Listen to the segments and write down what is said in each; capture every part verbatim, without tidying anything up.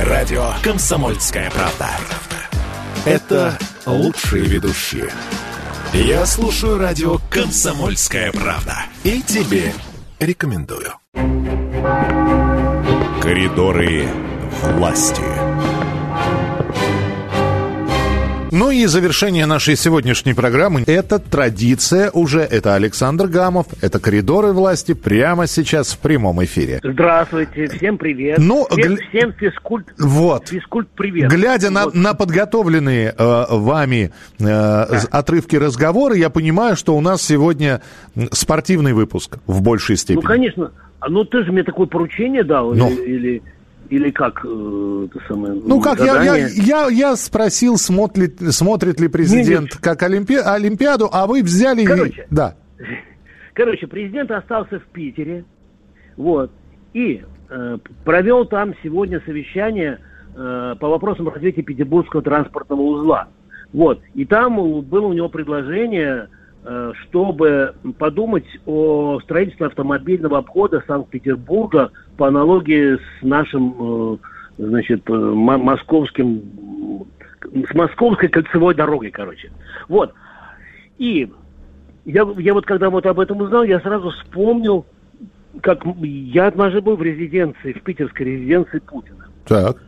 радио «Комсомольская правда». Это лучшие ведущие. Я слушаю радио «Комсомольская правда». И тебе рекомендую. Коридоры власти. Ну и завершение нашей сегодняшней программы. Это традиция уже. Это Александр Гамов. Это «Коридоры власти» прямо сейчас в прямом эфире. Здравствуйте, всем привет. Ну, всем, гля... всем физкульт, вот. физкульт привет. Глядя вот. на, на подготовленные э, вами э, да. отрывки разговора, я понимаю, что у нас сегодня спортивный выпуск в большей степени. Ну, конечно. Ну, ты же мне такое поручение дал, Но. или... или... Или как э, это самое, ну, как я, я, я, я спросил, смотрит, смотрит ли президент Нет. как Олимпи... Олимпиаду, а вы взяли... Короче, и... да. короче, президент остался в Питере, вот, и э, провел там сегодня совещание э, по вопросам развития Петербургского транспортного узла. Вот, и там было у него предложение, э, чтобы подумать о строительстве автомобильного обхода Санкт-Петербурга по аналогии с нашим, значит, московским, с московской кольцевой дорогой, короче. Вот. И я, я вот когда вот об этом узнал, я сразу вспомнил, как я однажды был в резиденции, в питерской резиденции Путина. Так.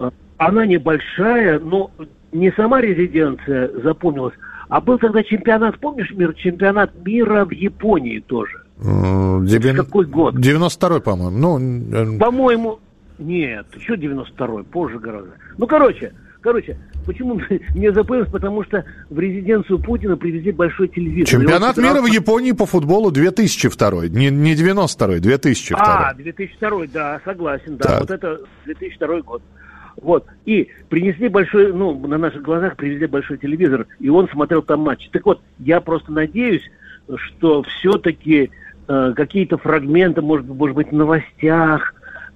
Она небольшая, но не сама резиденция запомнилась, а был тогда чемпионат, помнишь, мир, чемпионат мира в Японии тоже. Девян... Какой год? девяносто второй, по-моему. Ну... По-моему, нет, еще девяносто второй, позже гораздо. Ну, короче, короче, почему мне запомнилось? Потому что в резиденцию Путина привезли большой телевизор. Чемпионат мира в Японии по футболу две тысячи второй, не, не девяносто второй, две тысячи второй. А, две тысячи второй, да, согласен, да, так. Вот это две тысячи второй год. Вот, и принесли большой, ну, на наших глазах привезли большой телевизор, и он смотрел там матч. Так вот, я просто надеюсь, что все-таки э, какие-то фрагменты, может, может быть, в новостях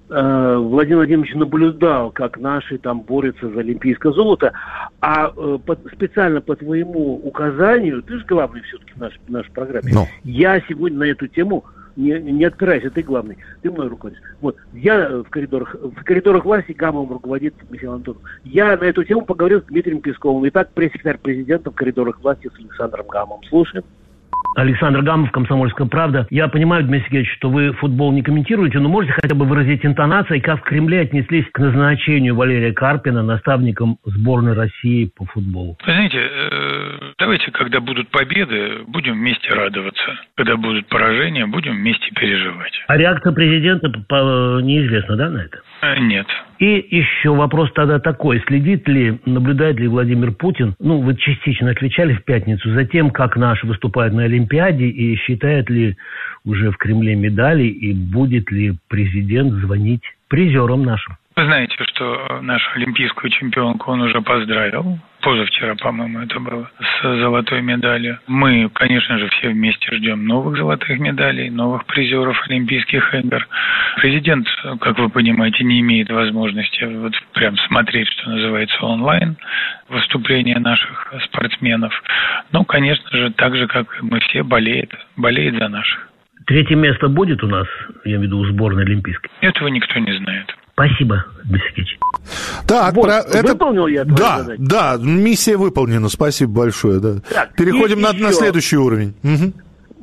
э, Владимир Владимирович наблюдал, как наши там борются за олимпийское золото, а э, по, специально по твоему указанию, ты же главный все-таки в нашей, в нашей программе, Но. я сегодня на эту тему... Не, не отпирайся, ты главный, ты мной руководишь. Вот, я в коридорах, в коридорах власти Гамовым руководит Михаил Антонов. Я на эту тему поговорил с Дмитрием Песковым. Итак, пресс-секретарь президента в коридорах власти с Александром Гамовым. Слушаем. Александр Гамов, «Комсомольская правда». Я понимаю, Дмитрий Сергеевич, что вы футбол не комментируете, но можете хотя бы выразить интонацией, как в Кремле отнеслись к назначению Валерия Карпина наставником сборной России по футболу? Вы знаете, давайте, когда будут победы, будем вместе радоваться. Когда будут поражения, будем вместе переживать. А реакция президента неизвестна, да, на это? Нет. И еще вопрос тогда такой. Следит ли, наблюдает ли Владимир Путин, ну, вы частично отвечали в пятницу, за тем, как наши выступают на Олимпиаде, и считает ли уже в Кремле медали, и будет ли президент звонить призерам нашим? Вы знаете, что нашу олимпийскую чемпионку он уже поздравил. Позавчера, по-моему, это было, с золотой медалью. Мы, конечно же, все вместе ждем новых золотых медалей, новых призеров Олимпийских игр. Президент, как вы понимаете, не имеет возможности вот прям смотреть, что называется, онлайн выступления наших спортсменов. Но, конечно же, так же, как и мы все, болеет, болеет за наших. Третье место будет у нас, я имею в виду, у сборной олимпийской? Этого никто не знает. Спасибо, Дмитрий Сергеевич. Так, вот, про это... выполнил я твою да, задачу? Да, миссия выполнена, спасибо большое. Да. Так, переходим на, еще... на следующий уровень. Угу.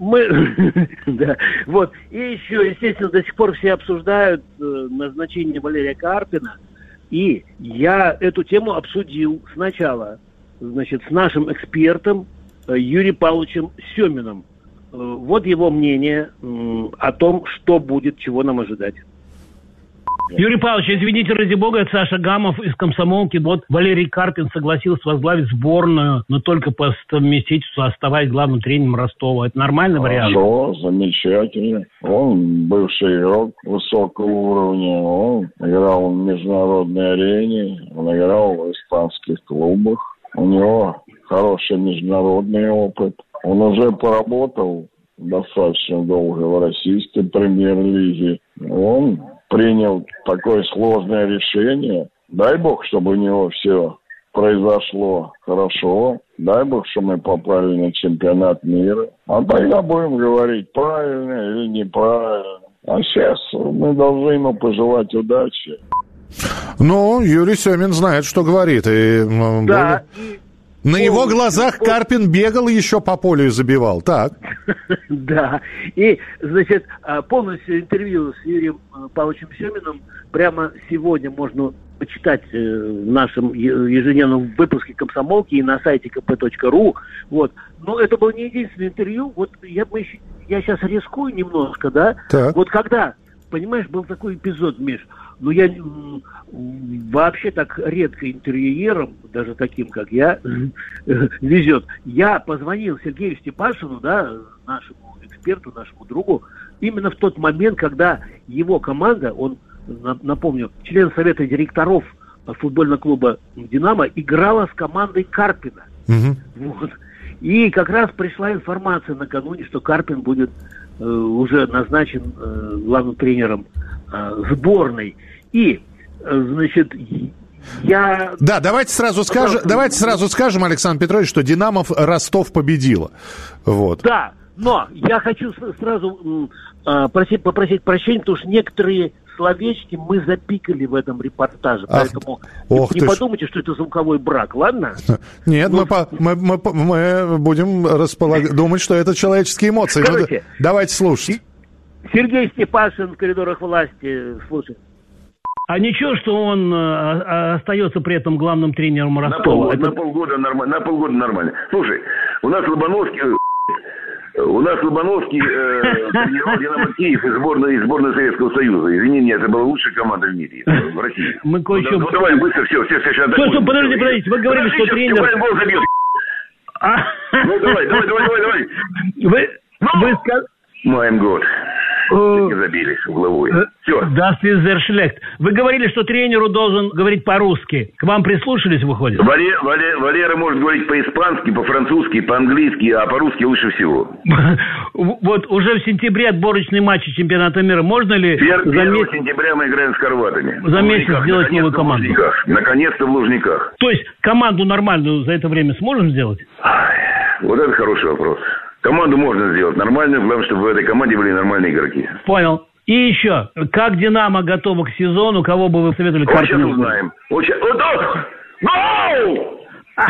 Мы, да, вот, и еще, естественно, до сих пор все обсуждают э, назначение Валерия Карпина, и я эту тему обсудил сначала, значит, с нашим экспертом э, Юрием Павловичем Семиным. Э, вот его мнение э, о том, что будет, чего нам ожидать. Юрий Павлович, извините, ради бога, это Саша Гамов из «Комсомолки». Вот Валерий Карпин согласился возглавить сборную, но только по совместительству оставаясь главным тренером Ростова. Это нормальный вариант? Хорошо, замечательно. Он бывший игрок высокого уровня. Он играл в международной арене, он играл в испанских клубах. У него хороший международный опыт. Он уже поработал достаточно долго в российской премьер-лиге. Он принял такое сложное решение. Дай бог, чтобы у него все произошло хорошо. Дай бог, что мы попали на чемпионат мира. А тогда будем говорить, правильно или неправильно. А сейчас мы должны ему пожелать удачи. Ну, Юрий Семин знает, что говорит. И, да, более... и... На его глазах Карпин бегал и еще по полю забивал, так? Да, и, значит, полностью интервью с Юрием Павловичем Семиным прямо сегодня можно почитать в нашем ежедневном выпуске «Комсомолки» и на сайте ка пэ точка ру. Вот. Но это было не единственное интервью. Вот я, мы еще, я сейчас рискую немножко, да? Так. Вот когда, понимаешь, был такой эпизод, Миш, ну, я вообще так редко интервьюерам, даже таким, как я, везет. Я позвонил Сергею Степашину, да, нашему эксперту, нашему другу, именно в тот момент, когда его команда, он, напомню, член совета директоров футбольного клуба «Динамо», играла с командой Карпина. Угу. Вот. И как раз пришла информация накануне, что Карпин будет э, уже назначен э, главным тренером э, сборной. И, э, значит, я... Да, давайте сразу, скажем, давайте сразу скажем, Александр Петрович, что «Динамо» Ростов победила. Вот. Да, но я хочу сразу э, просить, попросить прощения, потому что некоторые словечки мы запикали в этом репортаже. Ах, поэтому ох не подумайте, ж. Что это звуковой брак, ладно? Нет, ну, мы, по, мы, мы, мы будем располаг... думать, что это человеческие эмоции. Короче, ну, давайте слушать. Сергей Степашин в коридорах власти. Слушай. А ничего, что он э, остается при этом главным тренером Ростова? На полгода, это... на полгода, нормально, на полгода нормально. Слушай, у нас Лобановский... У нас Лобановский э, тренировал «Динамо» Киев из сборной, из сборной Советского Союза. Извини, нет, это была лучшая команда в мире, в России. Мы кое-что... Ну, ну давай быстро, все, все, все, сейчас... Что, что, подождите, подождите, вы говорили, что тренер... Гол забьет. Ну давай, давай, давай, давай, давай. Вы, вы сказали... Моим год. Не забились угловой. Все. Das ist sehr schlecht. Вы говорили, что тренеру должен говорить по-русски. К вам прислушались, выходит? Валер, Валер, Валера может говорить по-испански, по-французски, по-английски, а по-русски лучше всего. Вот уже в сентябре отборочные матчи чемпионата мира. Можно ли... первого сентября мы играем с хорватами. За месяц сделать новую команду. Наконец-то в Лужниках. То есть команду нормальную за это время сможем сделать? Вот это хороший вопрос. Команду можно сделать нормальную, главное, чтобы в этой команде были нормальные игроки. Понял. И еще, как «Динамо» готова к сезону, кого бы вы советовали? Вот сейчас узнаем. Вот сейчас... Гоу!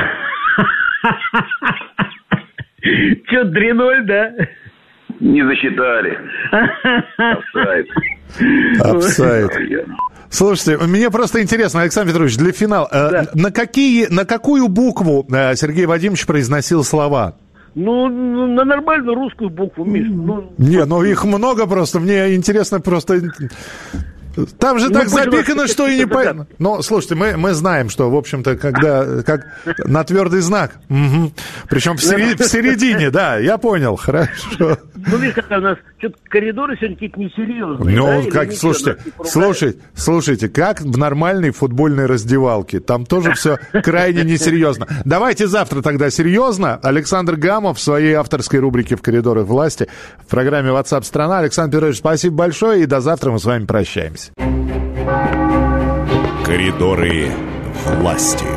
Че, три ноль, да? Не засчитали. Офсайд. Офсайд. Слушайте, мне просто интересно, Александр Петрович, для финала, да. э, на, какие, на какую букву э, Сергей Вадимович произносил слова? Ну, на нормальную русскую букву, Миш. Ну... Не, ну их много просто. Мне интересно просто... Там же ну, так запикано, что и не понятно. Но, слушайте, мы, мы знаем, что, в общем-то, когда... Как на твердый знак. Угу. Причем в, сери, в середине, да, я понял, хорошо. Ну, видишь, как у нас что-то коридоры сегодня какие-то несерьезные. Ну, да? как, слушайте, слушайте, слушайте, как в нормальной футбольной раздевалке. Там тоже все крайне несерьезно. Давайте завтра тогда серьезно. Александр Гамов в своей авторской рубрике «В коридорах власти» в программе WhatsApp страна. Александр Петрович, спасибо большое, и до завтра мы с вами прощаемся. Коридоры власти.